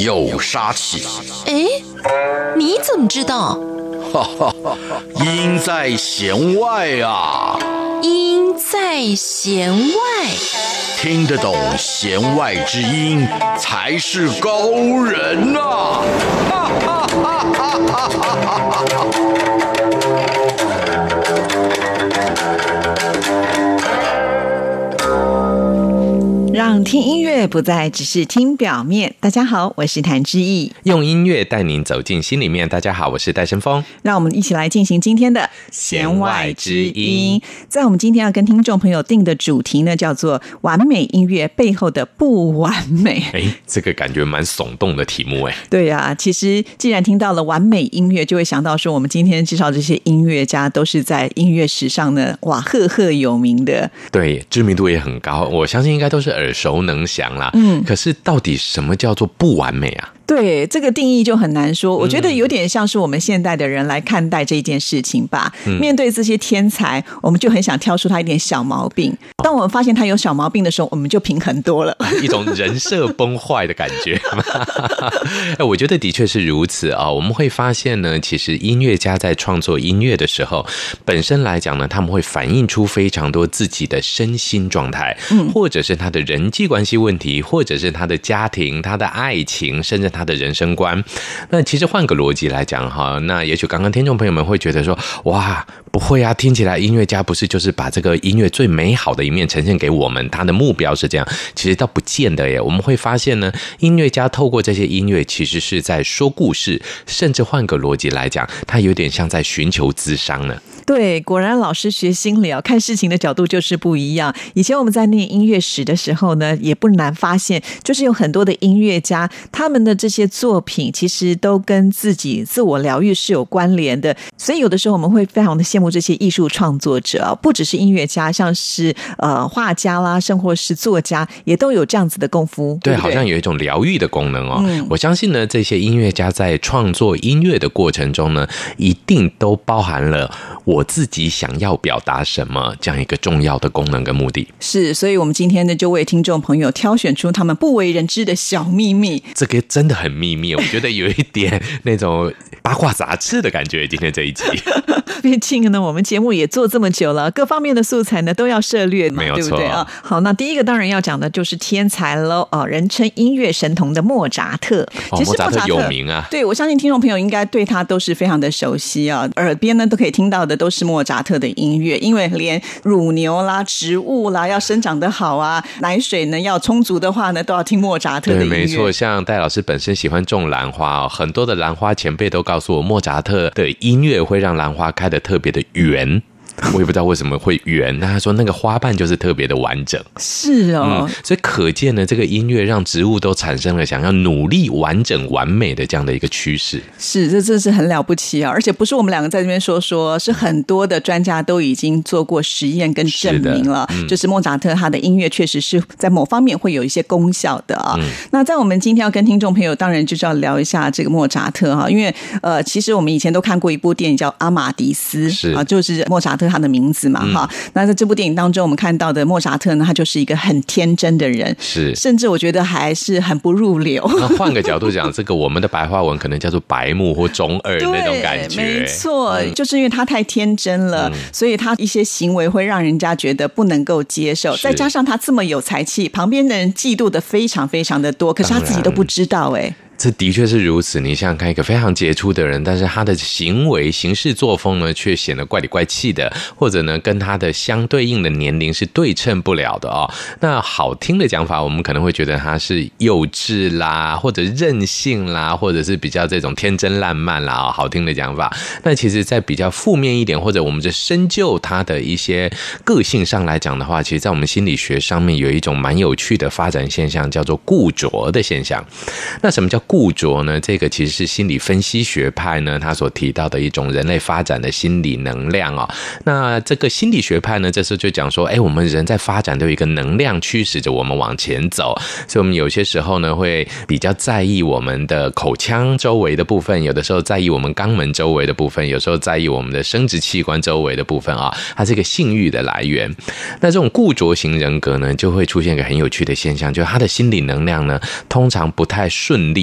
有杀气。 哎，你怎么知道？ 哈哈哈，音在弦外啊。 音在弦外， 听得懂弦外之音才是高人啊！哈哈哈哈哈哈！ 让听音乐不再只是听表面。大家好，我是谭志毅， 用音乐带您走进心里面。大家好，我是戴胜峰。 让我们一起来进行今天的弦外之音。 在我们今天要跟听众朋友定的主题呢，叫做完美音乐背后的不完美。 这个感觉蛮耸动的题目。 对啊，其实既然听到了完美音乐，就会想到说我们今天介绍这些音乐家都是在音乐史上呢，哇，赫赫有名的。 对，知名度也很高，我相信应该都是耳熟能详啦。可是到底什么叫做不完美啊？ 对，这个定义就很难说。我觉得有点像是我们现代的人来看待这件事情吧。面对这些天才，我们就很想挑出他一点小毛病。当我们发现他有小毛病的时候，我们就平衡多了， 一种人设崩坏的感觉。我觉得的确是如此啊。我们会发现呢，其实音乐家在创作音乐的时候，本身来讲呢，他们会反映出非常多自己的身心状态，或者是他的人际关系问题，或者是他的家庭、他的爱情，甚至他的人生观。那其实换个逻辑来讲哈，那也许刚刚听众朋友们会觉得说，哇，不会啊，听起来音乐家不是就是把这个音乐最美好的一面呈现给我们，他的目标是这样。其实倒不见得耶。我们会发现呢，音乐家透过这些音乐其实是在说故事，甚至换个逻辑来讲，他有点像在寻求咨商呢。 对，果然老师学心理啊，看事情的角度就是不一样。以前我们在念音乐史的时候呢，也不难发现，就是有很多的音乐家，他们的这些作品其实都跟自己自我疗愈是有关联的。所以有的时候我们会非常的羡慕这些艺术创作者，不只是音乐家，像是画家啦，甚或是作家，也都有这样子的功夫。对， 好像有一种疗愈的功能哦。我相信呢，这些音乐家在创作音乐的过程中呢，一定都包含了我自己想要表达什么这样一个重要的功能跟目的。 是，所以我们今天呢，就为听众朋友挑选出他们不为人知的小秘密。 这个真的很秘密，我觉得有一点那种八卦杂志的感觉。今天这一集， 毕竟呢，我们节目也做这么久了，各方面的素材呢都要涉猎嘛， 没有错， 对不对啊？好，那第一个当然要讲的就是天才喽，人称音乐神童的莫扎特。其实莫扎特有名啊， 对，我相信听众朋友应该对他都是非常的熟悉啊，耳边呢都可以听到的都是莫扎特的音乐，因为连乳牛啦、植物啦要生长得好啊，奶水呢要充足的话呢，都要听莫扎特的音乐。 对，没错，像戴老师本身喜欢种兰花很多的兰花前辈都告诉我，莫扎特的音乐会让兰花开得特别的圆。我也不知道为什么会圆，那他说那个花瓣就是特别的完整。 是哦， 所以可见呢，这个音乐让植物都产生了想要努力完整完美的这样的一个趋势。 是，这是很了不起啊！而且不是我们两个在这边说，是很多的专家都已经做过实验跟证明了，就是莫扎特他的音乐确实是在某方面会有一些功效的啊。那在我们今天要跟听众朋友，当然就是要聊一下这个莫扎特哈，因为其实我们以前都看过一部电影叫《阿玛迪斯》，啊，就是莫扎特他的名字嘛哈。那在这部电影当中，我们看到的莫扎特呢，他就是一个很天真的人， 是， 甚至我觉得还是很不入流。 那换个角度讲，这个我们的白话文可能叫做白目或中二那种感觉。 没错，就是因为他太天真了，所以他一些行为会让人家觉得不能够接受。再加上他这么有才气，旁边的人嫉妒的非常非常的多，可是他自己都不知道这的确是如此。你想想看，一个非常杰出的人，但是他的行为行事作风呢，却显得怪里怪气的，或者呢，跟他的相对应的年龄是对称不了的哦。那好听的讲法，我们可能会觉得他是幼稚啦，或者任性啦，或者是比较这种天真烂漫啦，好听的讲法。那其实在比较负面一点，或者我们就深究他的一些个性上来讲的话，其实在我们心理学上面有一种蛮有趣的发展现象，叫做固着的现象。那什么叫固着呢？这个其实是心理分析学派呢，他所提到的一种人类发展的心理能量哦。那这个心理学派呢，这时候就讲说，我们人在发展都有一个能量驱使着我们往前走，所以我们有些时候呢，会比较在意我们的口腔周围的部分，有的时候在意我们肛门周围的部分，有时候在意我们的生殖器官周围的部分啊，它是一个性欲的来源。那这种固着型人格呢，就会出现一个很有趣的现象，就是他的心理能量呢，通常不太顺利，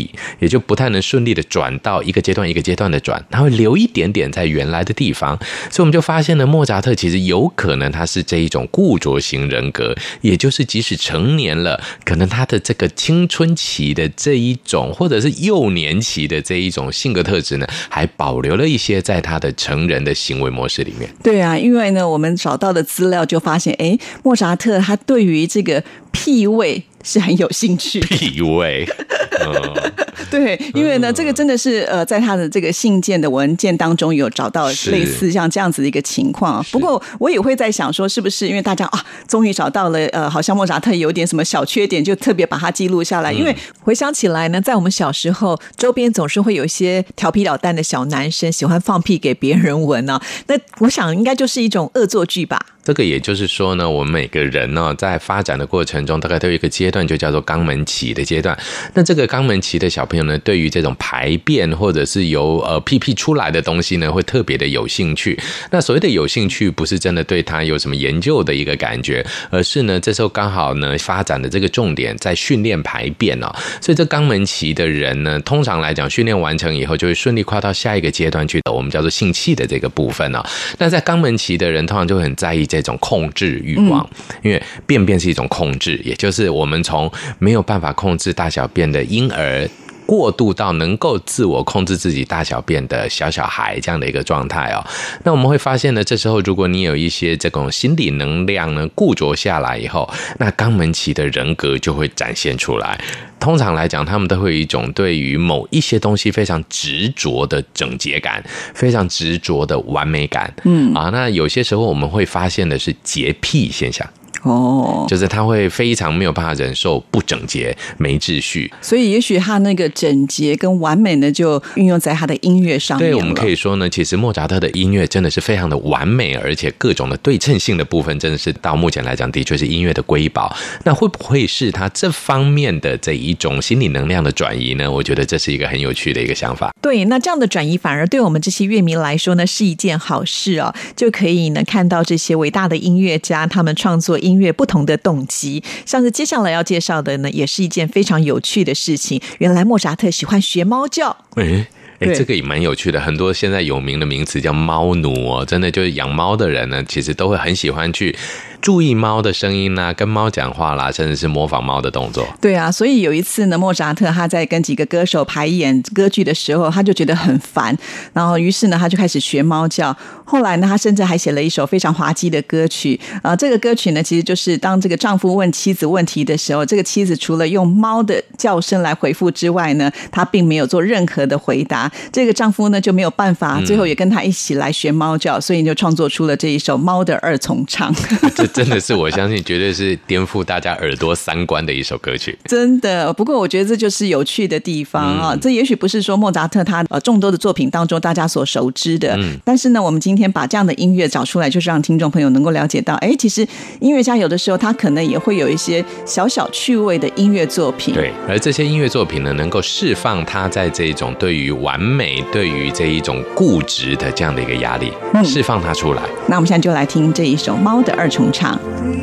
地，也就不太能顺利的转到一个阶段一个阶段的转，它会留一点点在原来的地方。所以我们就发现呢，莫扎特其实有可能他是这一种固着型人格，也就是即使成年了，可能他的这个青春期的这一种，或者是幼年期的这一种性格特质呢，还保留了一些在他的成人的行为模式里面。 对啊，因为呢，我们找到的资料就发现，莫扎特他对于这个癖味是很有兴趣。 癖味， 对，因为呢，这个真的是在他的这个信件的文件当中有找到类似像这样子的一个情况。不过我也会在想说，是不是因为大家终于找到了好像莫扎特有点什么小缺点，就特别把它记录下来。因为回想起来呢，在我们小时候，周边总是会有一些调皮捣蛋的小男生喜欢放屁给别人闻啊，那我想应该就是一种恶作剧吧。 这个也就是说呢，我们每个人呢，在发展的过程中，大概都有一个阶段，就叫做肛门期的阶段。那这个肛门期的小朋友呢，对于这种排便或者是由屁屁出来的东西呢，会特别的有兴趣。那所谓的有兴趣，不是真的对他有什么研究的一个感觉，而是呢，这时候刚好呢，发展的这个重点在训练排便哦。所以这肛门期的人呢，通常来讲，训练完成以后，就会顺利跨到下一个阶段去，我们叫做性器的这个部分哦。那在肛门期的人，通常就会很在意这种控制欲望，因为便便是一种控制，也就是我们从没有办法控制大小便的婴儿，过渡到能够自我控制自己大小便的小孩这样的一个状态哦。那我们会发现呢，这时候如果你有一些这种心理能量呢固着下来以后，那肛门期的人格就会展现出来。通常来讲，他们都会有一种对于某一些东西非常执着的整洁感，非常执着的完美感。那有些时候我们会发现的是洁癖现象。就是他会非常没有办法忍受不整洁、没秩序， 所以也许他那个整洁跟完美呢，就运用在他的音乐上面了。 对，我们可以说呢，其实莫扎特的音乐真的是非常的完美，而且各种的对称性的部分，真的是到目前来讲，的确是音乐的瑰宝。那会不会是他这方面的这一种心理能量的转移呢？我觉得这是一个很有趣的一个想法。 对，那这样的转移反而对我们这些乐迷来说呢，是一件好事哦，就可以呢看到这些伟大的音乐家他们创作音乐不同的动机。像是接下来要介绍的呢，也是一件非常有趣的事情。原来莫扎特喜欢学猫叫。 这个也蛮有趣的，很多现在有名的名词叫猫奴哦，真的就是养猫的人呢，其实都会很喜欢去注意猫的声音啦，跟猫讲话啦，甚至是模仿猫的动作。 对啊，所以有一次呢，莫扎特他在跟几个歌手排演歌剧的时候，他就觉得很烦，然后于是呢，他就开始学猫叫。后来呢，他甚至还写了一首非常滑稽的歌曲。这个歌曲呢，其实就是当这个丈夫问妻子问题的时候，这个妻子除了用猫的叫声来回复之外呢，他并没有做任何的回答。这个丈夫呢就没有办法，最后也跟他一起来学猫叫，所以就创作出了这一首《猫的二重唱》。 这真的是我相信绝对是颠覆大家耳朵三观的一首歌曲。 真的，不过我觉得这就是有趣的地方啊。这也许不是说莫扎特他众多的作品当中大家所熟知的，但是呢，我们今天把这样的音乐找出来，就是让听众朋友能够了解到，其实音乐家有的时候他可能也会有一些小小趣味的音乐作品。 对，而这些音乐作品呢，能够释放他在这种对于完美、对于这一种固执的这样的一个压力，释放它出来。 那我们现在就来听这一首《猫的二重唱》。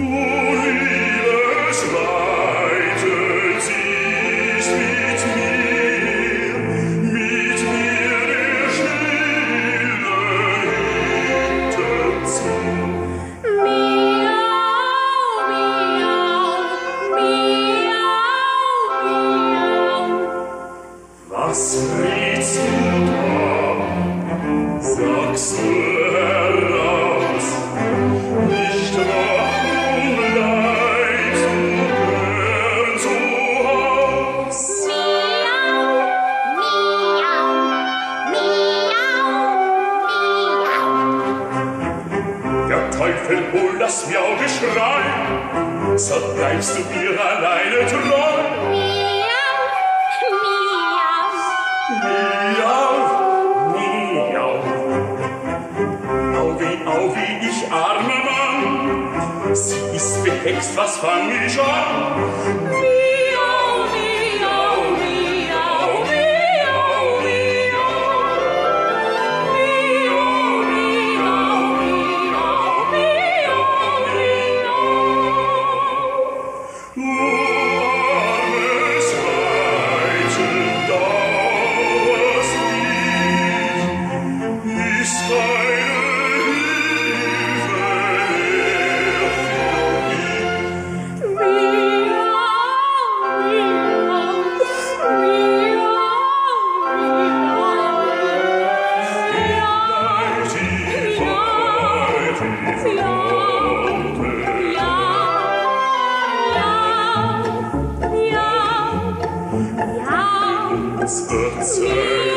So bleibst du mir alleine treu. Miau, miau, miau, miau. Auwie, ich armer Mann, sie ist behext, was fang ich an? Miau, miau, miau, miau, miau. Armes Weibchen, uns verzeiht.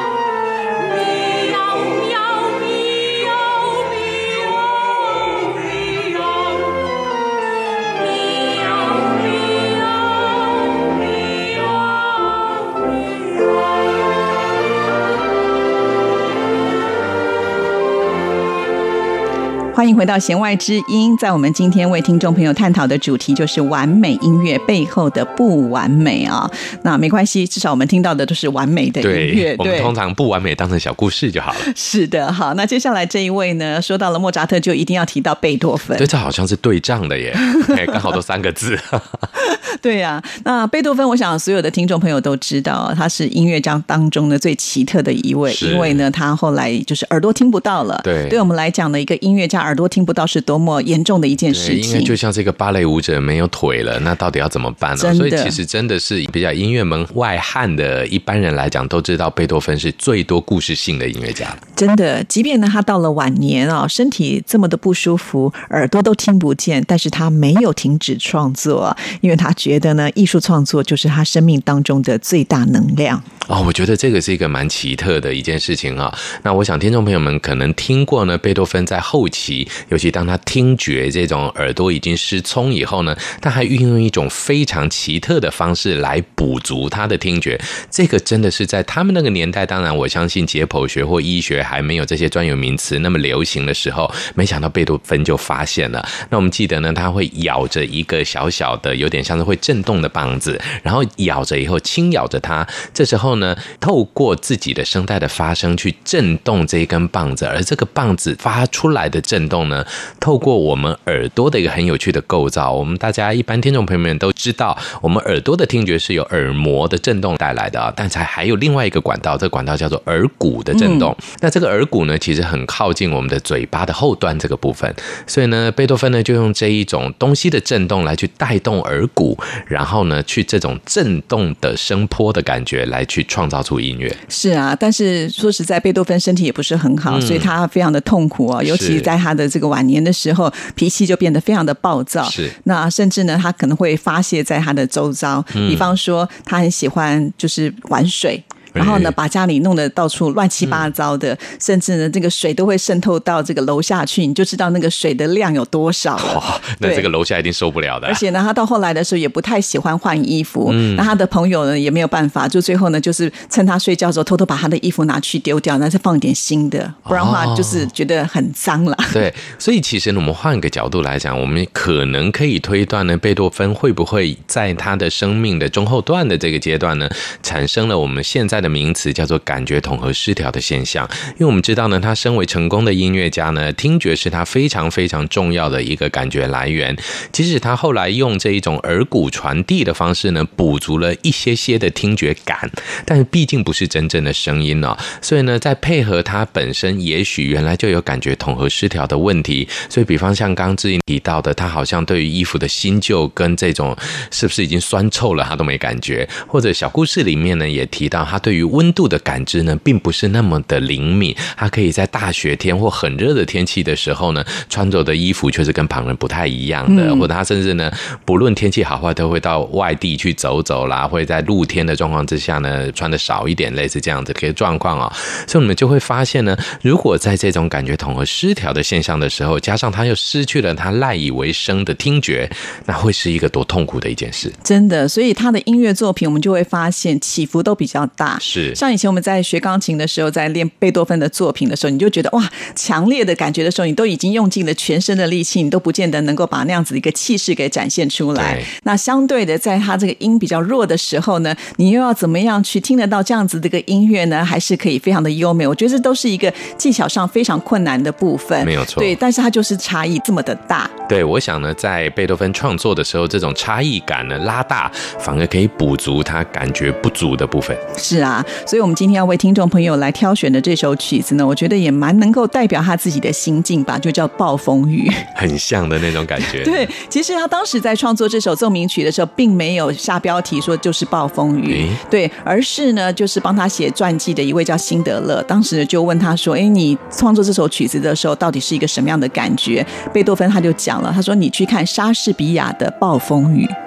欢迎回到弦外之音，在我们今天为听众朋友探讨的主题就是完美音乐背后的不完美啊。那没关系，至少我们听到的都是完美的音乐。 对，我们通常不完美当成小故事就好了。 是的，好，那接下来这一位呢，说到了莫扎特就一定要提到贝多芬。 对，这好像是对仗的耶，刚好都3个字。 对啊，那贝多芬我想所有的听众朋友都知道，他是音乐家当中的最奇特的一位，因为呢他后来就是耳朵听不到了。对我们来讲的一个音乐家耳朵听不到是多么严重的一件事情。 因为就像这个芭蕾舞者没有腿了，那到底要怎么办呢？所以其实真的是比较音乐门外汉的一般人来讲都知道贝多芬是最多故事性的音乐家。 真的，即便呢他到了晚年啊，身体这么的不舒服，耳朵都听不见，但是他没有停止创作，因为他觉得呢艺术创作就是他生命当中的最大能量。 我觉得这个是一个蛮奇特的一件事情啊。那我想听众朋友们可能听过呢，贝多芬在后期，尤其当他听觉这种耳朵已经失聪以后呢，他还运用一种非常奇特的方式来补足他的听觉。这个真的是在他们那个年代，当然我相信解剖学或医学还没有这些专有名词那么流行的时候，没想到贝多芬就发现了。那我们记得呢，他会咬着一个小小的有点像是会震动的棒子，然后咬着以后轻咬着它，这时候呢透过自己的声带的发声去震动这一根棒子，而这个棒子发出来的震动呢，透过我们耳朵的一个很有趣的构造，我们大家一般听众朋友们都知道，我们耳朵的听觉是由耳膜的震动带来的啊，但是还有另外一个管道，这个管道叫做耳骨的震动。那这个耳骨呢，其实很靠近我们的嘴巴的后端这个部分，所以呢，贝多芬呢就用这一种东西的震动来去带动耳骨，然后呢，去这种震动的声波的感觉来去创造出音乐。 是啊，但是说实在，贝多芬身体也不是很好，所以他非常的痛苦啊，尤其在他的这个晚年的时候，脾气就变得非常的暴躁。 是， 那甚至呢，他可能会发泄在他的周遭，比方说他很喜欢就是玩水。然后呢，把家里弄得到处乱七八糟的，甚至呢，这个水都会渗透到这个楼下去，你就知道那个水的量有多少了。 那这个楼下一定受不了的。 而且呢，他到后来的时候也不太喜欢换衣服，那他的朋友呢也没有办法，就最后呢，就是趁他睡觉的时候偷偷把他的衣服拿去丢掉，那再放一点新的，不然的话就是觉得很脏了。 对，所以其实我们换个角度来讲，我们可能可以推断呢，贝多芬会不会在他的生命的中后段的这个阶段呢，产生了我们现在的名词叫做感觉统合失调的现象。因为我们知道呢，他身为成功的音乐家呢，听觉是他非常非常重要的一个感觉来源。即使他后来用这一种耳骨传递的方式呢，补足了一些些的听觉感，但是毕竟不是真正的声音哦。所以呢，在配合他本身也许原来就有感觉统合失调的问题，所以比方像刚志英提到的，他好像对于衣服的新旧跟这种是不是已经酸臭了他都没感觉，或者小故事里面呢也提到他对于温度的感知呢并不是那么的灵敏，他可以在大雪天或很热的天气的时候呢，穿着的衣服却是跟旁人不太一样的，或者他甚至呢不论天气好坏都会到外地去走走啦，会在露天的状况之下呢穿的少一点，类似这样子的状况啊。所以我们就会发现呢，如果在这种感觉统合失调的现象的时候，加上他又失去了他赖以为生的听觉，那会是一个多痛苦的一件事。 真的，所以他的音乐作品我们就会发现起伏都比较大。 是， 像以前我们在学钢琴的时候，在练贝多芬的作品的时候，你就觉得哇，强烈的感觉的时候，你都已经用尽了全身的力气，你都不见得能够把那样子一个气势给展现出来。那相对的，在他这个音比较弱的时候呢，你又要怎么样去听得到这样子的一个音乐呢？还是可以非常的优美。我觉得这都是一个技巧上非常困难的部分， 没有错。 对，但是它就是差异这么的大。 对，我想呢，在贝多芬创作的时候，这种差异感呢拉大，反而可以补足他感觉不足的部分。 是啊，所以我们今天要为听众朋友来挑选的这首曲子呢，我觉得也蛮能够代表他自己的心境吧，就叫《暴风雨》， 很像的那种感觉。 对，其实他当时在创作这首奏鸣曲的时候，并没有下标题说就是暴风雨，对，而是呢，就是帮他写传记的一位叫辛德勒，当时就问他说：“你创作这首曲子的时候，到底是一个什么样的感觉？”贝多芬他就讲了，他说：“你去看莎士比亚的《暴风雨》，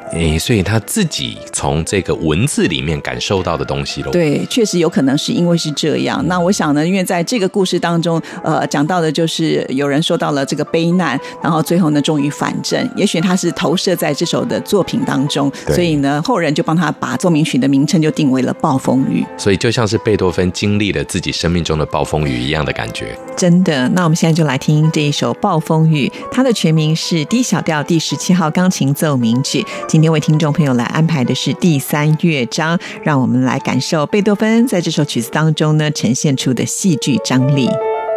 所以他自己从这个文字里面感受到的东西咯。 对，确实有可能是因为是这样。那我想呢，因为在这个故事当中，讲到的就是有人说到了这个悲难，然后最后呢终于反正，也许他是投射在这首的作品当中，所以呢后人就帮他把奏鸣曲的名称就定为了暴风雨。 所以就像是贝多芬经历了自己生命中的暴风雨一样的感觉。 真的。那我们现在就来听这一首暴风雨，它的全名是 D 小调第17号钢琴奏鸣曲。今天为听众朋友来安排的是第3乐章，让我们来感受贝多芬在这首曲子当中呢呈现出的戏剧张力。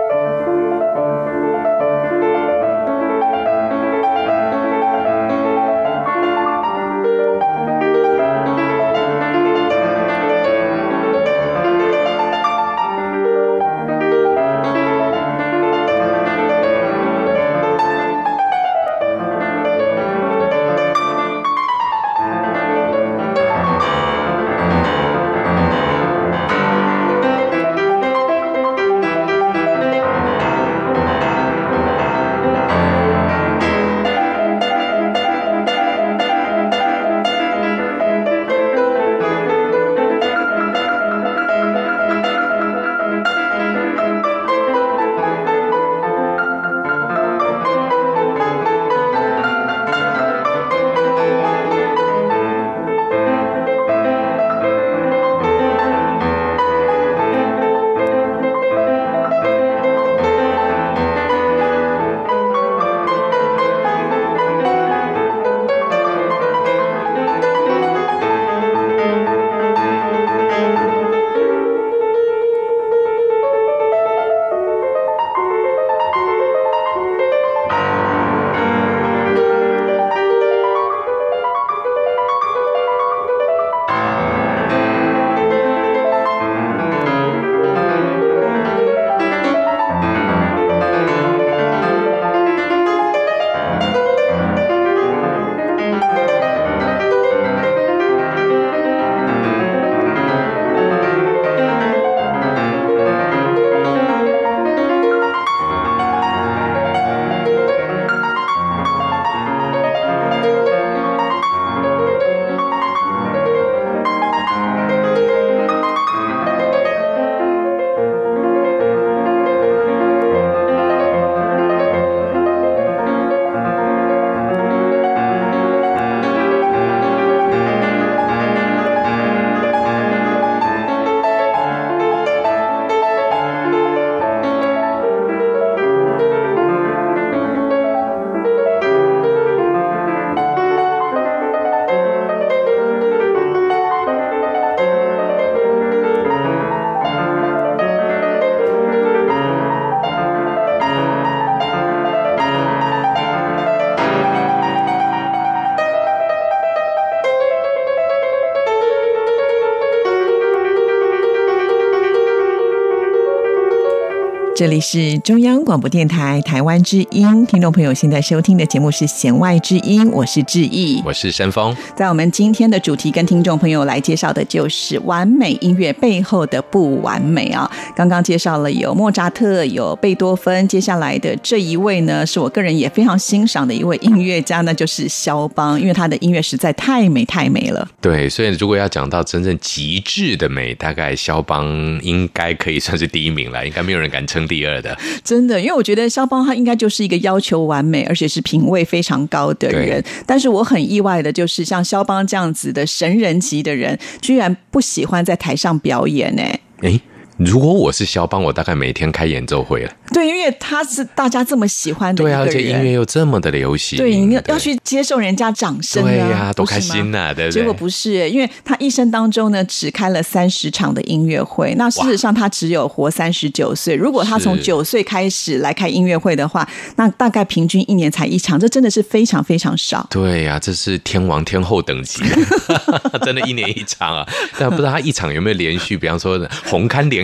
这里是中央广播电台台湾之音，听众朋友现在收听的节目是弦外之音，我是志毅， 我是申峰。 在我们今天的主题跟听众朋友来介绍的就是完美音乐背后的不完美啊。刚刚介绍了有莫扎特，有贝多芬，接下来的这一位呢是我个人也非常欣赏的一位音乐家，那就是肖邦，因为他的音乐实在太美太美了。 对，所以如果要讲到真正极致的美，大概肖邦应该可以算是第一名了，应该没有人敢称第二的。 真的，因为我觉得肖邦他应该就是一个要求完美而且是品味非常高的人，但是我很意外的就是像肖邦这样子的神人级的人居然不喜欢在台上表演如果我是肖邦，我大概每天开演奏会了。 对，因为他是大家这么喜欢的一个人， 对啊，而且音乐又这么的流行， 对，你要去接受人家掌声啊， 对啊，多开心啊，对不对？ 结果不是，因为他一生当中呢只开了30场的音乐会，那事实上他只有活39岁。如果他从9岁开始来开音乐会的话，那大概平均1年才1场，这真的是非常非常少。 对啊，这是天王天后等级真的1年1场啊。但不知道他一场有没有连续，比方说红磡连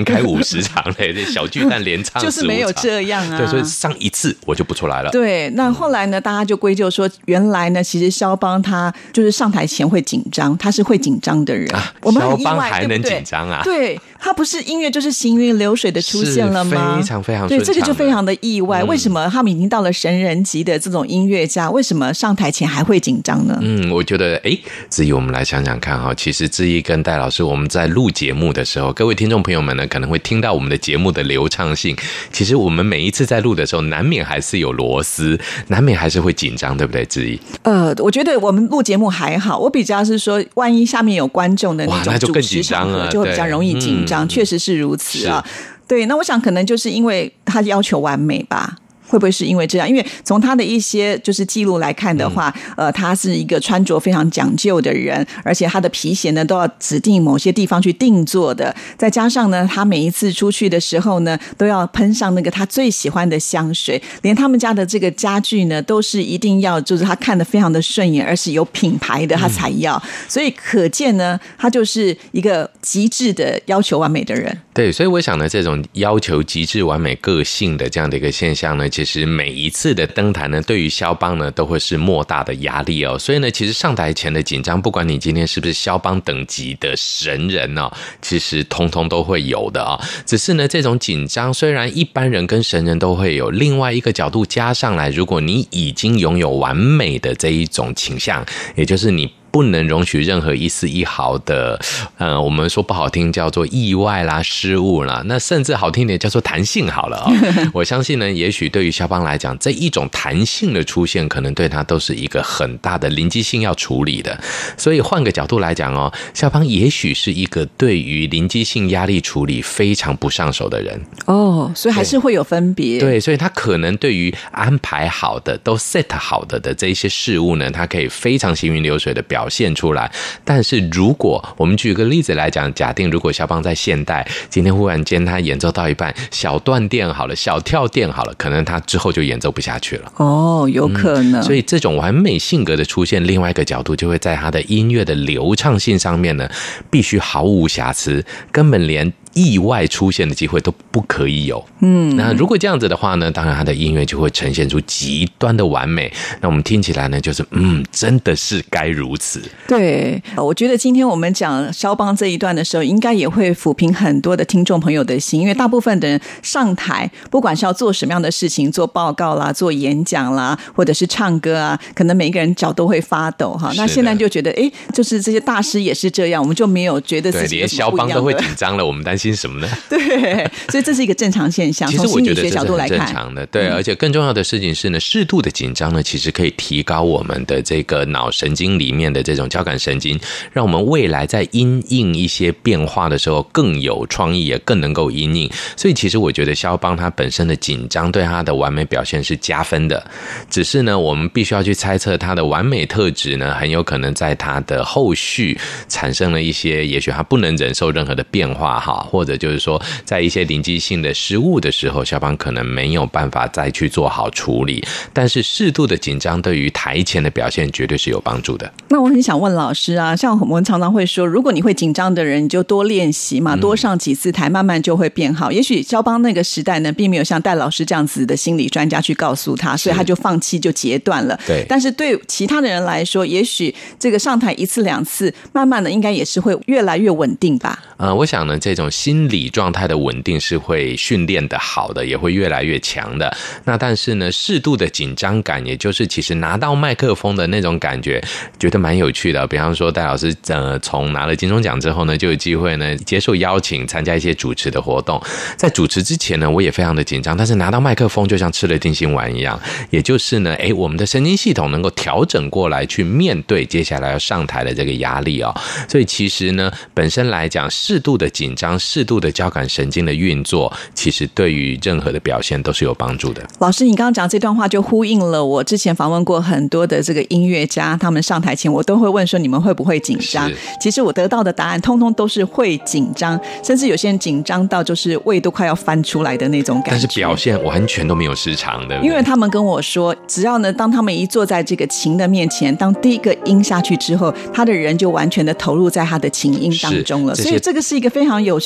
开50场嘞，这小巨蛋连唱15场就是没有这样啊。 对，所以上一次我就不出来了。 对，那后来呢，大家就归咎说，原来呢，其实肖邦他就是上台前会紧张，他是会紧张的人。我们很意外， 肖邦还能紧张啊？ 对，他不是音乐就是行云流水的出现了吗？ 非常非常对，这个就非常的意外。为什么他们已经到了神人级的这种音乐家，为什么上台前还会紧张呢？ 我觉得志毅，我们来想想看哈。其实志毅跟戴老师，我们在录节目的时候，各位听众朋友们呢，可能会听到我们的节目的流畅性。其实我们每一次在录的时候，难免还是有螺丝，难免还是会紧张，对不对，志毅？ 我觉得我们录节目还好，我比较是说，万一下面有观众的那种主持场合，就会比较容易紧张，确实是如此啊。对，那我想可能就是因为他要求完美吧。会不会是因为这样？因为从他的一些就是记录来看的话，他是一个穿着非常讲究的人，而且他的皮鞋呢都要指定某些地方去定做的。再加上呢，他每一次出去的时候呢，都要喷上那个他最喜欢的香水，连他们家的这个家具呢，都是一定要就是他看得非常的顺眼，而是有品牌的他才要。所以可见呢，他就是一个极致的要求完美的人。 对，所以我想呢，这种要求极致完美个性的这样的一个现象呢，其实每一次的登台呢，对于肖邦呢都会是莫大的压力哦。所以呢，其实上台前的紧张，不管你今天是不是肖邦等级的神人哦，其实通通都会有的哦。只是呢，这种紧张虽然一般人跟神人都会有，另外一个角度加上来，如果你已经拥有完美的这一种倾向，也就是你不能容许任何一丝一毫的，我们说不好听叫做意外啦、失误啦，那甚至好听一点叫做弹性好了我相信呢，也许对于肖邦来讲，这一种弹性的出现，可能对他都是一个很大的临机性要处理的。所以换个角度来讲肖邦也许是一个对于临机性压力处理非常不上手的人所以还是会有分别。 对，所以他可能对于安排好的、都 set 好的这一些事物呢，他可以非常行云流水的表现出来。但是如果我们举个例子来讲，假定如果肖邦在现代今天忽然间他演奏到一半小断电好了，小跳电好了，可能他之后就演奏不下去了有可能所以这种完美性格的出现，另外一个角度就会在他的音乐的流畅性上面呢，必须毫无瑕疵，根本连意外出现的机会都不可以有。那如果这样子的话呢，当然他的音乐就会呈现出极端的完美。那我们听起来呢，就是真的是该如此。 对，我觉得今天我们讲肖邦这一段的时候，应该也会抚平很多的听众朋友的心，因为大部分的人上台，不管是要做什么样的事情，做报告啦、做演讲啦，或者是唱歌啊，可能每一个人脚都会发抖哈。那现在就觉得，就是这些大师也是这样，我们就没有觉得自己有什么不一样的。 连肖邦都会紧张了，我们担心什么呢？ 对，所以这是一个正常现象。 其实我觉得这是很正常的，对，而且更重要的事情是呢，适度的紧张呢，其实可以提高我们的这个脑神经里面的这种交感神经，让我们未来在因应一些变化的时候更有创意，也更能够因应。所以其实我觉得肖邦他本身的紧张对他的完美表现是加分的，只是呢，我们必须要去猜测他的完美特质呢，很有可能在他的后续产生了一些，也许他不能忍受任何的变化哈，或者就是说在一些临机性的失误的时候，肖邦可能没有办法再去做好处理。但是适度的紧张对于台前的表现绝对是有帮助的。 那我很想问老师啊，像我们常常会说，如果你会紧张的人，你就多练习嘛，多上几次台，慢慢就会变好。也许肖邦那个时代呢，并没有像戴老师这样子的心理专家去告诉他，所以他就放弃就截断了。 对。 但是对其他的人来说，也许这个上台一次两次，慢慢的应该也是会越来越稳定吧。 我想呢，这种心理状态的稳定是会训练的好的，也会越来越强的。那但是呢，适度的紧张感，也就是其实拿到麦克风的那种感觉，觉得蛮有趣的。比方说戴老师从拿了金钟奖之后呢，就有机会呢接受邀请参加一些主持的活动。在主持之前呢，我也非常的紧张，但是拿到麦克风就像吃了定心丸一样，也就是呢，我们的神经系统能够调整过来去面对接下来要上台的这个压力哦。所以其实呢，本身来讲，适度的紧张、适度的交感神经的运作，其实对于任何的表现都是有帮助的。 老师，你刚刚讲这段话就呼应了我之前访问过很多的这个音乐家，他们上台前我都会问说你们会不会紧张？其实我得到的答案通通都是会紧张，甚至有些人紧张到就是胃都快要翻出来的那种感觉。 但是表现完全都没有失常的， 因为他们跟我说，只要呢，当他们一坐在这个琴的面前，当第一个音下去之后，他的人就完全的投入在他的琴音当中了。所以这个是一个非常有趣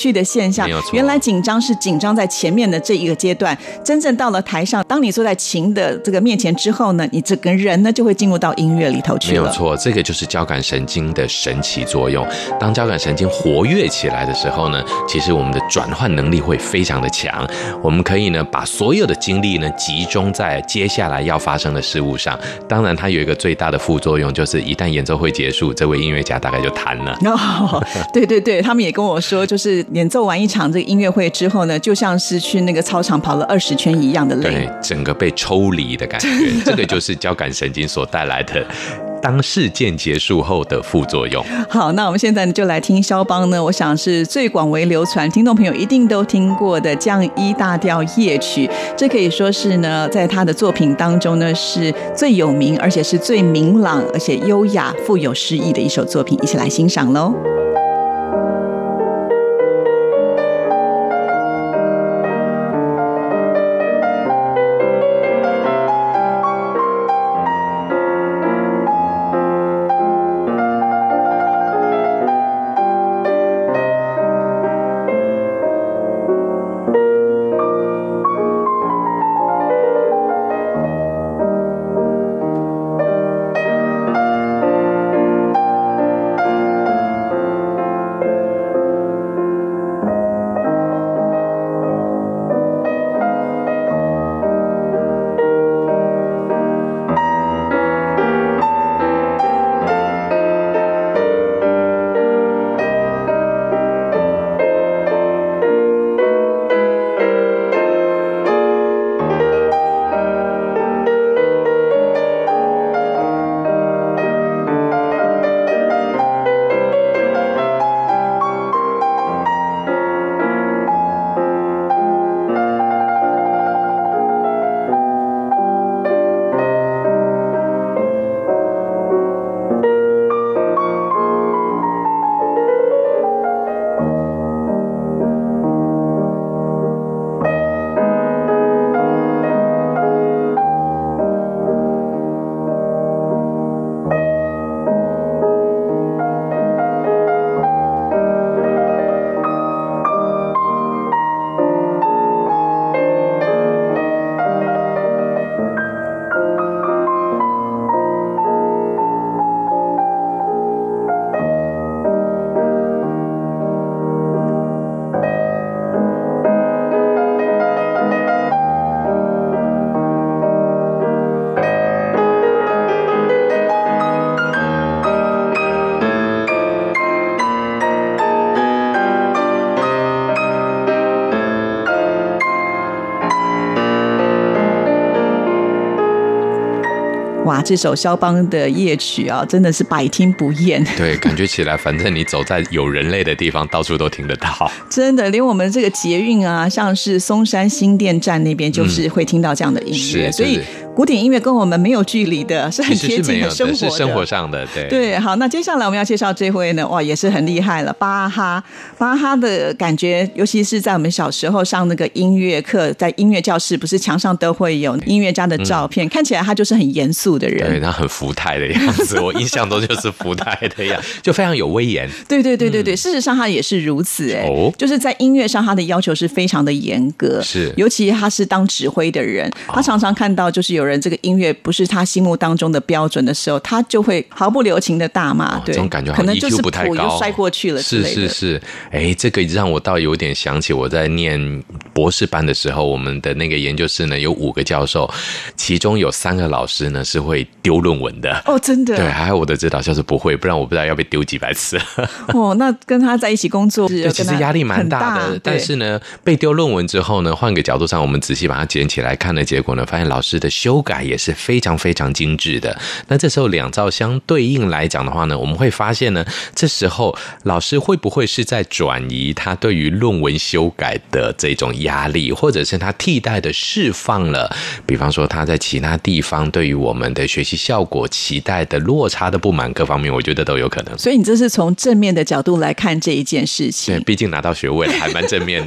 趣的现象。原来紧张是紧张在前面的这一个阶段，真正到了台上，当你坐在琴的这个面前之后呢，你整个人呢就会进入到音乐里头去了。 没有错，这个就是交感神经的神奇作用。当交感神经活跃起来的时候呢，其实我们的转换能力会非常的强，我们可以呢把所有的精力呢集中在接下来要发生的事物上。当然它有一个最大的副作用，就是一旦演奏会结束，这位音乐家大概就瘫了。 对对对，他们也跟我说，就是演奏完一场这个音乐会之后呢，就像是去那个操场跑了20圈一样的累， 对，整个被抽离的感觉。这个就是交感神经所带来的当事件结束后的副作用。 好，那我们现在就来听肖邦呢，我想是最广为流传，听众朋友一定都听过的降一大调夜曲。这可以说是呢，在他的作品当中呢，是最有名，而且是最明朗，而且优雅、富有诗意的一首作品，一起来欣赏喽。哇，这首肖邦的夜曲啊，真的是百听不厌。 对，感觉起来，反正你走在有人类的地方，到处都听得到。 真的，连我们这个捷运啊，像是松山新店站那边，就是会听到这样的音乐，所以古典音乐跟我们没有距离的，是很贴近的生活的， 是生活上的。对对，好，那接下来我们要介绍这位呢，哇，也是很厉害了，巴哈的感觉，尤其是在我们小时候上那个音乐课，在音乐教室，不是墙上都会有音乐家的照片，看起来他就是很严肃的人， 对，他很福态的样子，我印象中就是福态的样子，就非常有威严。 对对对对对，事实上他也是如此就是在音乐上他的要求是非常的严格， 是， 尤其他是当指挥的人，他常常看到就是有人这个音乐不是他心目当中的标准的时候，他就会毫不留情的大骂，对， 这种感觉可能就是不太高， 就摔过去了之类的。 是，这个让我倒有点想起我在念博士班的时候，我们的那个研究室呢有5个教授，其中有3个老师呢是会丢论文的。 哦，真的？ 对，还有我的指导教授不会，不然我不知道要被丢几百次。 哦，那跟他在一起工作， 对，其实压力蛮大的。但是呢，被丢论文之后呢，换个角度上，我们仔细把它捡起来看的结果呢，发现老师的修改也是非常非常精致的。那这时候两造相对应来讲的话呢，我们会发现呢，这时候老师会不会是在转移他对于论文修改的这种压力，或者是他替代的释放了，比方说他在其他地方对于我们的学习效果期待的落差的不满，各方面我觉得都有可能。 所以你这是从正面的角度来看这一件事情。 对，毕竟拿到学位了，还蛮正面的。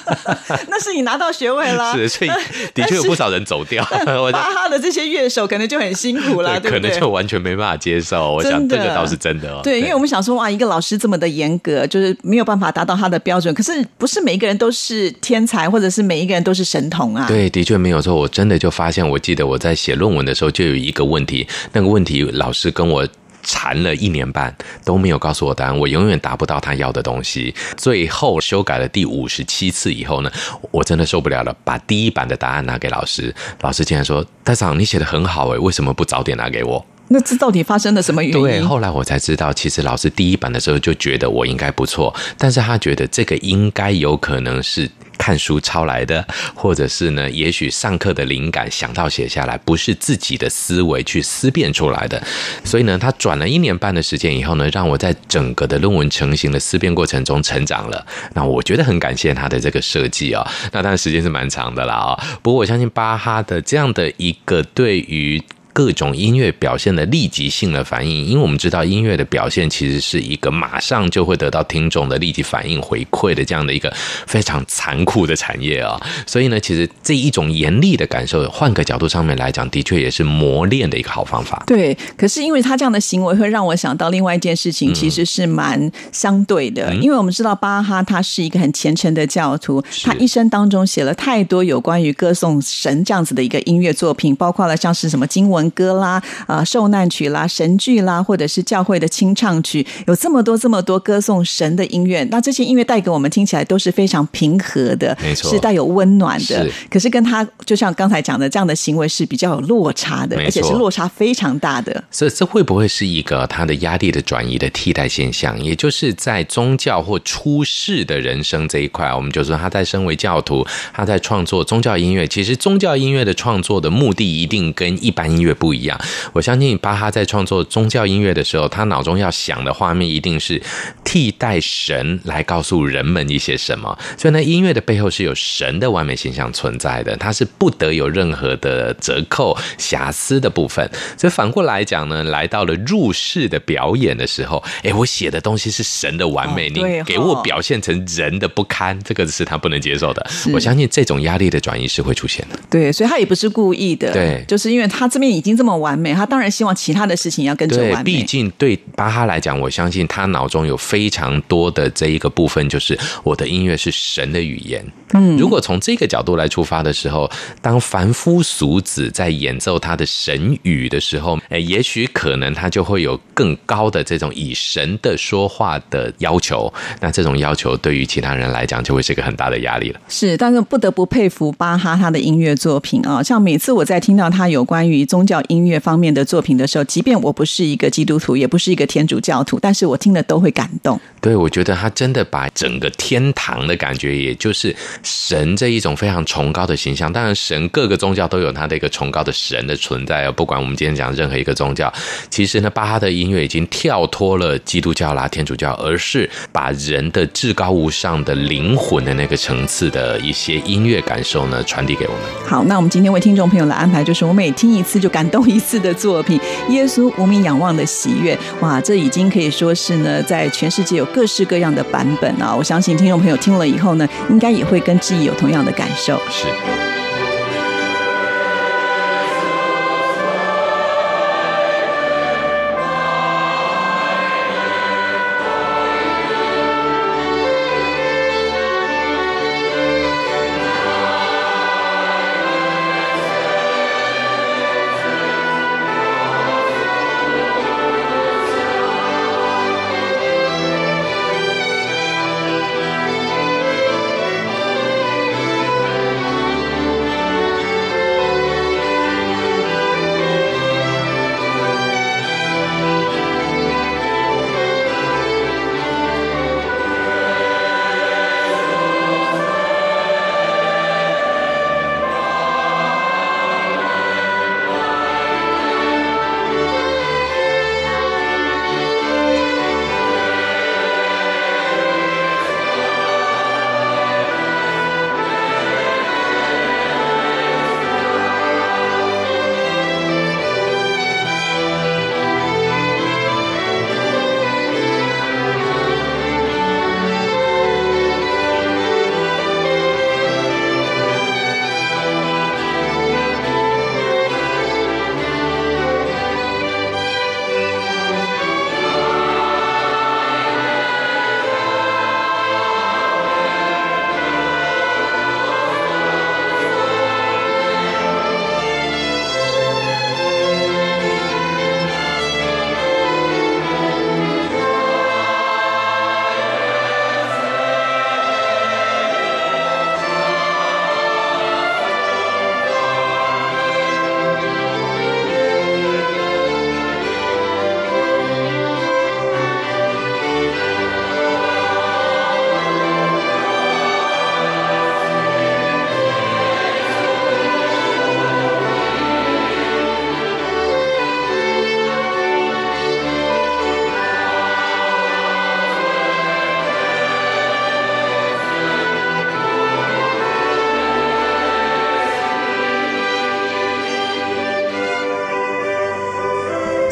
那是你拿到学位了。 是，所以的确有不少人走掉。 巴哈的这些乐手可能就很辛苦了，对不对？ 可能就完全没办法接受。我想这个倒是真的哦。 对，因为我们想说哇，一个老师这么的严格，就是没有办法达到他的标准。可是不是每一个人都是天才，或者是每一个人都是神童啊？ 对，的确没有错。我真的就发现，我记得我在写论文的时候就有一个问题，那个问题老师跟我缠了1年半都没有告诉我答案，我永远达不到他要的东西。最后修改了第57次以后呢，我真的受不了了，把第一版的答案拿给老师。老师竟然说：“戴长，你写得很好为什么不早点拿给我？” 那这到底发生了什么原因？ 对，后来我才知道，其实老师第一版的时候就觉得我应该不错，但是他觉得这个应该有可能是看书抄来的，或者是呢，也许上课的灵感想到写下来，不是自己的思维去思辨出来的。所以呢，他转了1年半的时间以后呢，让我在整个的论文成型的思辨过程中成长了。那我觉得很感谢他的这个设计啊。那当然时间是蛮长的啦啊。不过我相信巴哈的这样的一个对于各种音乐表现的立即性的反应，因为我们知道音乐的表现其实是一个马上就会得到听众的立即反应回馈的这样的一个非常残酷的产业啊。所以呢，其实这一种严厉的感受，换个角度上面来讲，的确也是磨练的一个好方法。 对，可是因为他这样的行为会让我想到另外一件事情，其实是蛮相对的。因为我们知道巴哈他是一个很虔诚的教徒，他一生当中写了太多有关于歌颂神这样子的一个音乐作品，包括了像是什么经文歌啦、受难曲啦、神剧啦，或者是教会的清唱曲，有这么多歌颂神的音乐。那这些音乐带给我们听起来都是非常平和的， 没错， 是带有温暖的。可是跟他就像刚才讲的这样的行为是比较有落差的，而且是落差非常大的。 这会不会是一个他的压力的转移的替代现象？也就是在宗教或出世的人生这一块，我们就说他在身为教徒，他在创作宗教音乐。其实宗教音乐的创作的目的一定跟一般音乐不一样。我相信巴哈在创作宗教音乐的时候，他脑中要想的画面一定是替代神来告诉人们一些什么。所以呢，音乐的背后是有神的完美形象存在的，它是不得有任何的折扣瑕疵的部分。所以反过来讲呢，来到了入世的表演的时候，我写的东西是神的完美，你给我表现成人的不堪，这个是他不能接受的。我相信这种压力的转移是会出现的。 对，所以他也不是故意的， 对， 就是因为他这边已经这么完美，他当然希望其他的事情要跟着完美。 对，毕竟对巴哈来讲，我相信他脑中有非常多的这一个部分，就是我的音乐是神的语言。如果从这个角度来出发的时候，当凡夫俗子在演奏他的神语的时候，也许可能他就会有更高的这种以神的说话的要求。那这种要求对于其他人来讲，就会是一个很大的压力了。 是，但是不得不佩服巴哈他的音乐作品啊，像每次我在听到他有关于宗教音乐方面的作品的时候，即便我不是一个基督徒，也不是一个天主教徒，但是我听了都会感动。 对，我觉得他真的把整个天堂的感觉，也就是神这一种非常崇高的形象。当然神各个宗教都有他的一个崇高的神的存在，不管我们今天讲任何一个宗教，其实呢，巴哈的音乐已经跳脱了基督教啦、天主教，而是把人的至高无上的灵魂的那个层次的一些音乐感受呢传递给我们。 好，那我们今天为听众朋友来安排，就是我每听一次就感动一次的作品《耶稣无名仰望的喜悦》。哇，这已经可以说是呢，在全世界有各式各样的版本啊！我相信听众朋友听了以后呢，应该也会跟志毅有同样的感受。 是。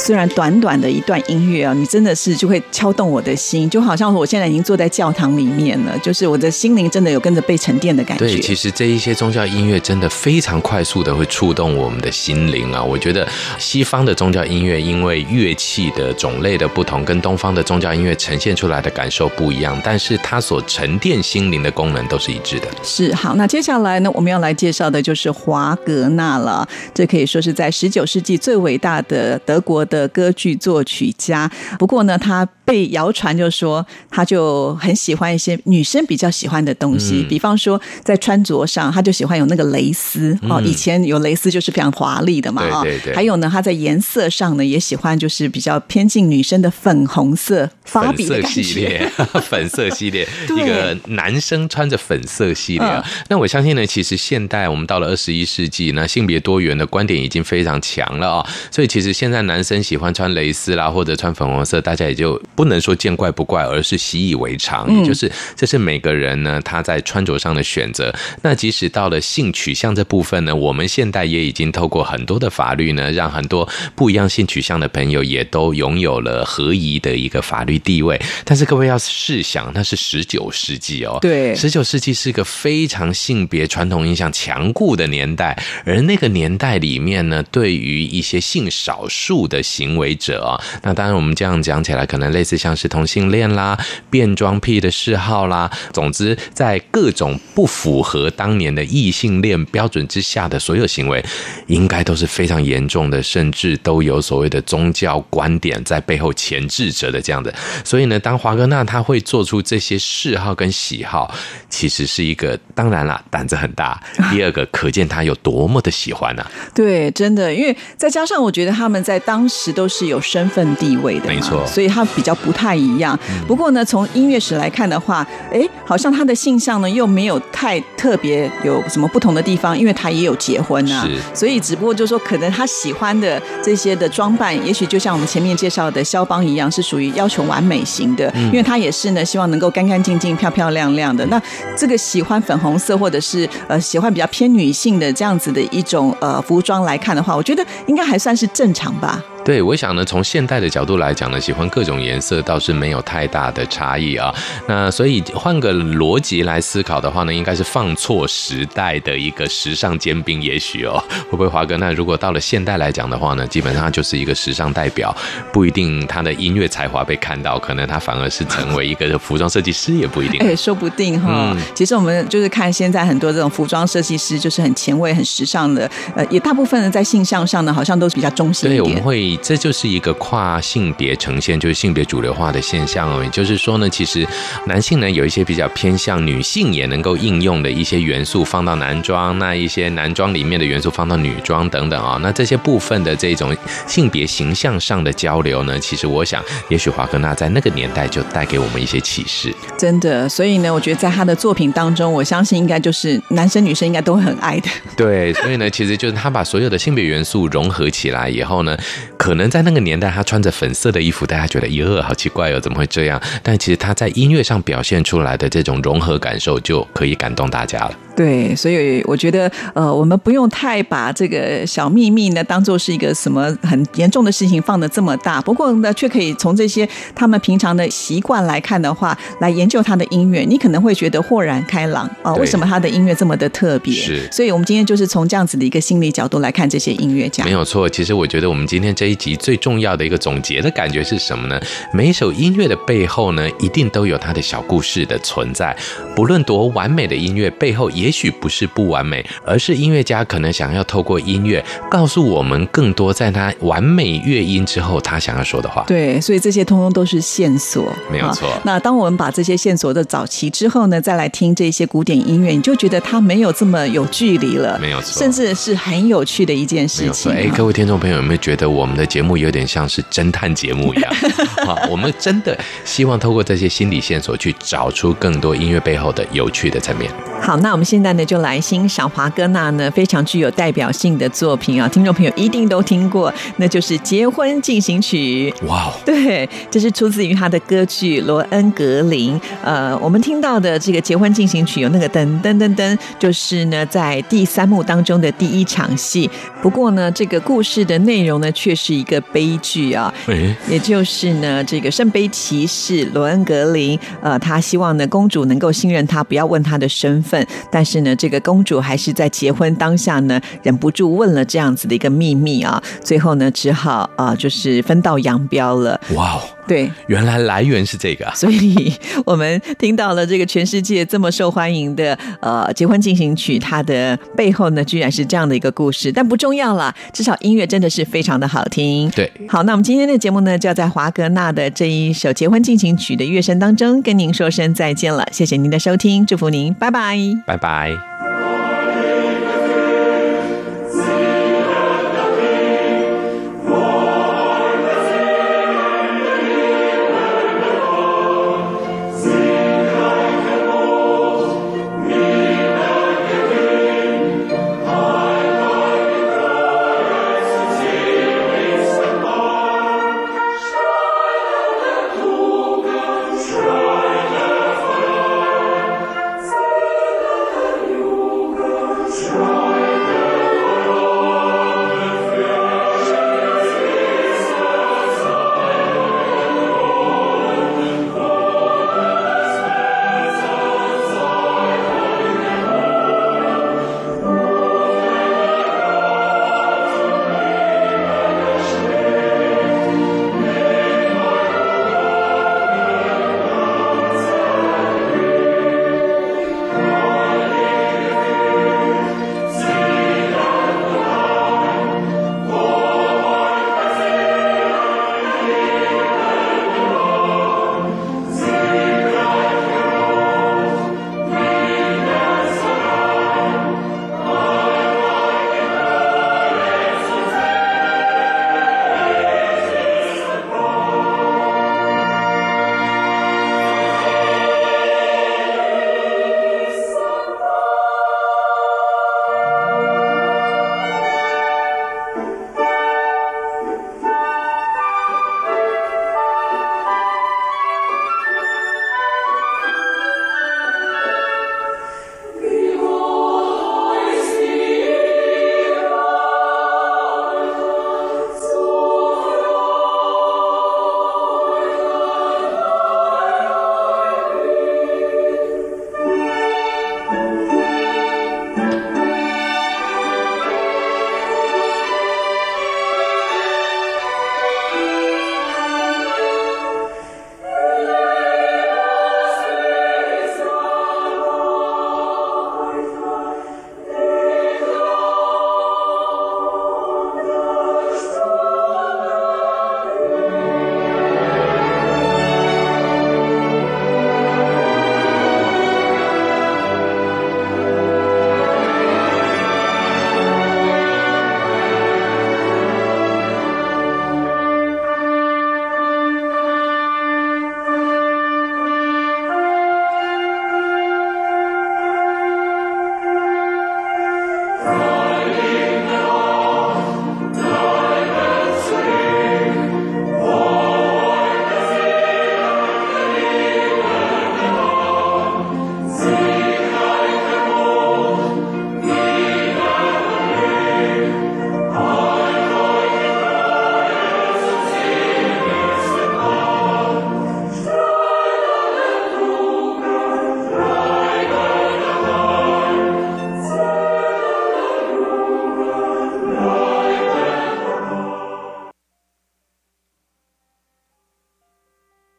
虽然短短的一段音乐啊，你真的是就会敲动我的心，就好像我现在已经坐在教堂里面了，就是我的心灵真的有跟着被沉淀的感觉。 对，其实这一些宗教音乐真的非常快速的会触动我们的心灵啊。我觉得西方的宗教音乐因为乐器的种类的不同，跟东方的宗教音乐呈现出来的感受不一样，但是它所沉淀心灵的功能都是一致的。 是，好，那接下来呢，我们要来介绍的就是华格纳了。这可以说是在19世纪最伟大的德国的歌剧作曲家。不过呢，他被谣传就说他就很喜欢一些女生比较喜欢的东西，比方说在穿着上他就喜欢有那个蕾丝以前有蕾丝就是非常华丽的嘛， 对对对。 还有呢，他在颜色上呢也喜欢就是比较偏近女生的粉红色芭比的感觉， 粉色系列一个男生穿着粉色系列那我相信呢，其实现代我们到了21世纪，那性别多元的观点已经非常强了所以其实现在男生喜欢穿蕾丝啦，或者穿粉红色，大家也就不能说见怪不怪，而是习以为常，也就是这是每个人呢他在穿着上的选择。那即使到了性取向这部分呢，我们现代也已经透过很多的法律呢，让很多不一样性取向的朋友也都拥有了合宜的一个法律地位。但是各位要试想，那是19世纪对 ，19世纪是个非常性别传统印象强固的年代，而那个年代里面呢，对于一些性少数的行为者那当然我们这样讲起来可能类似像是同性恋啦、变装癖的嗜好啦，总之在各种不符合当年的异性恋标准之下的所有行为，应该都是非常严重的，甚至都有所谓的宗教观点在背后钳制着的这样的。所以呢，当华格纳他会做出这些嗜好跟喜好，其实是一个当然啦胆子很大，第二个可见他有多么的喜欢对，真的，因为再加上我觉得他们在当时都是有身份地位的嘛， 没错， 所以他比较不太一样。不过呢，从音乐史来看的话，好像他的性向呢又没有太特别有什么不同的地方，因为他也有结婚所以只不过就是说可能他喜欢的这些的装扮，也许就像我们前面介绍的肖邦一样，是属于要求完美型的，因为他也是呢希望能够干干净净、漂漂亮亮的。那这个喜欢粉红色或者是喜欢比较偏女性的这样子的一种服装来看的话，我觉得应该还算是正常吧。 对，我想呢，从现代的角度来讲呢，喜欢各种颜色倒是没有太大的差异那所以换个逻辑来思考的话呢，应该是放错时代的一个时尚尖兵，也许会不会华格纳如果到了现代来讲的话呢，基本上就是一个时尚代表，不一定他的音乐才华被看到，可能他反而是成为一个服装设计师也不一定。 说不定其实我们就是看现在很多这种服装设计师就是很前卫、很时尚的，也大部分人在性向上呢，好像都是比较中性一点。 对，我们会。这就是一个跨性别呈现，就是性别主流化的现象也就是说呢，其实男性呢有一些比较偏向女性也能够应用的一些元素放到男装，那一些男装里面的元素放到女装等等那这些部分的这种性别形象上的交流呢，其实我想也许华格纳在那个年代就带给我们一些启示。 真的，所以呢我觉得在他的作品当中，我相信应该就是男生女生应该都会很爱的。 对，所以呢其实就是他把所有的性别元素融合起来以后呢，可能在那个年代他穿着粉色的衣服，大家觉得哟好奇怪怎么会这样，但其实他在音乐上表现出来的这种融合感受就可以感动大家了。 对，所以我觉得我们不用太把这个小秘密呢当作是一个什么很严重的事情放得这么大，不过呢却可以从这些他们平常的习惯来看的话，来研究他的音乐，你可能会觉得豁然开朗为什么他的音乐这么的特别。 是， 所以我们今天就是从这样子的一个心理角度来看这些音乐家。 没有错，其实我觉得我们今天这一集最重要的一个总结的感觉是什么呢？每一首音乐的背后呢，一定都有它的小故事的存在，不论多完美的音乐背后也许不是不完美，而是音乐家可能想要透过音乐告诉我们更多在他完美乐音之后他想要说的话。 对，所以这些通通都是线索， 没有错。 那当我们把这些线索的找齐之后呢，再来听这些古典音乐，你就觉得它没有这么有距离了， 没有错， 甚至是很有趣的一件事情。 各位听众朋友有没有觉得我们的节目有点像是侦探节目一样我们真的希望透过这些心理线索去找出更多音乐背后的有趣的层面。 好，那我们现在呢就来欣赏华格纳呢非常具有代表性的作品啊，听众朋友一定都听过，那就是《结婚进行曲》。 哇哦， 对，这是出自于他的歌剧《罗恩格林》。我们听到的这个《结婚进行曲》有那个噔噔噔噔，就是呢在第3幕当中的第1场戏。不过呢，这个故事的内容呢却是一个悲剧啊，也就是呢这个圣杯骑士罗恩格林，他希望呢公主能够信任他，不要问他的身份。但是呢，这个公主还是在结婚当下呢，忍不住问了这样子的一个秘密啊，最后呢，只好就是分道扬镳了。 哇哦！ 对， 原来来源是这个， 所以我们听到了这个全世界这么受欢迎的结婚进行曲，它的背后呢，居然是这样的一个故事，但不重要啦，至少音乐真的是非常的好听。 对， 好，那我们今天的节目呢，就要在华格纳的这一首结婚进行曲的乐声当中跟您说声再见了，谢谢您的收听，祝福您，拜拜， 拜拜。